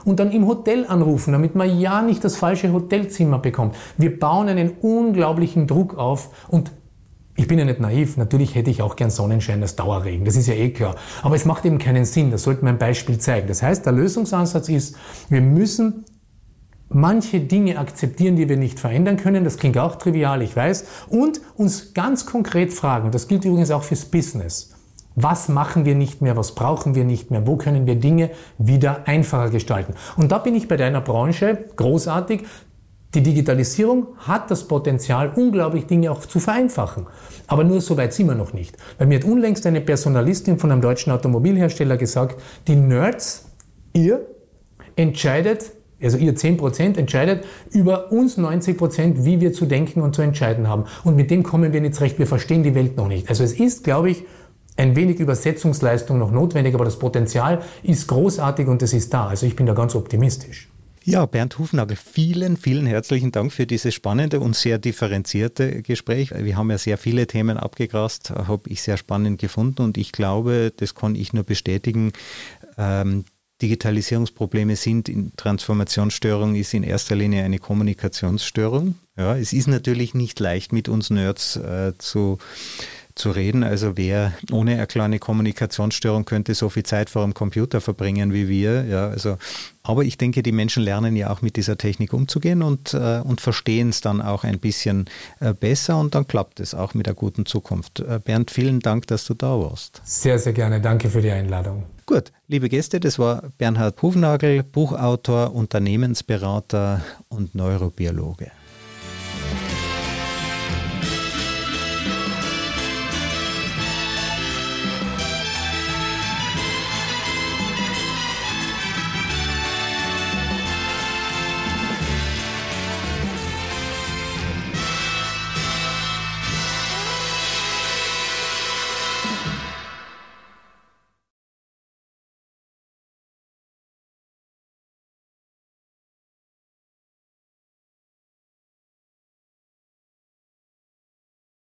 und dann im Hotel anrufen, damit man ja nicht das falsche Hotelzimmer bekommt. Wir bauen einen unglaublichen Druck auf und ich bin ja nicht naiv, natürlich hätte ich auch gern Sonnenschein als Dauerregen, das ist ja eh klar. Aber es macht eben keinen Sinn, das sollte mein Beispiel zeigen. Das heißt, der Lösungsansatz ist, wir müssen manche Dinge akzeptieren, die wir nicht verändern können, das klingt auch trivial, ich weiß, und uns ganz konkret fragen, das gilt übrigens auch fürs Business, was machen wir nicht mehr, was brauchen wir nicht mehr, wo können wir Dinge wieder einfacher gestalten. Und da bin ich bei deiner Branche großartig. Die Digitalisierung hat das Potenzial, unglaublich Dinge auch zu vereinfachen. Aber nur so weit sind wir noch nicht. Weil mir hat unlängst eine Personalistin von einem deutschen Automobilhersteller gesagt, die Nerds, ihr entscheidet, also ihr zehn Prozent entscheidet über uns neunzig Prozent, wie wir zu denken und zu entscheiden haben. Und mit dem kommen wir nicht zurecht, wir verstehen die Welt noch nicht. Also es ist, glaube ich, ein wenig Übersetzungsleistung noch notwendig, aber das Potenzial ist großartig und es ist da. Also ich bin da ganz optimistisch. Ja, Bernd Hufnagel, vielen, vielen herzlichen Dank für dieses spannende und sehr differenzierte Gespräch. Wir haben ja sehr viele Themen abgegrast, habe ich sehr spannend gefunden und ich glaube, das kann ich nur bestätigen, ähm, Digitalisierungsprobleme sind, in Transformationsstörung ist in erster Linie eine Kommunikationsstörung. Ja, es ist natürlich nicht leicht mit uns Nerds äh, zu zu reden. Also wer ohne eine kleine Kommunikationsstörung könnte so viel Zeit vor dem Computer verbringen wie wir. Ja, also, aber ich denke, die Menschen lernen ja auch mit dieser Technik umzugehen und, äh, und verstehen es dann auch ein bisschen äh, besser und dann klappt es auch mit einer guten Zukunft. Äh, Bernd, vielen Dank, dass du da warst. Sehr, sehr gerne. Danke für die Einladung. Gut, liebe Gäste, das war Bernhard Hufnagel, Buchautor, Unternehmensberater und Neurobiologe.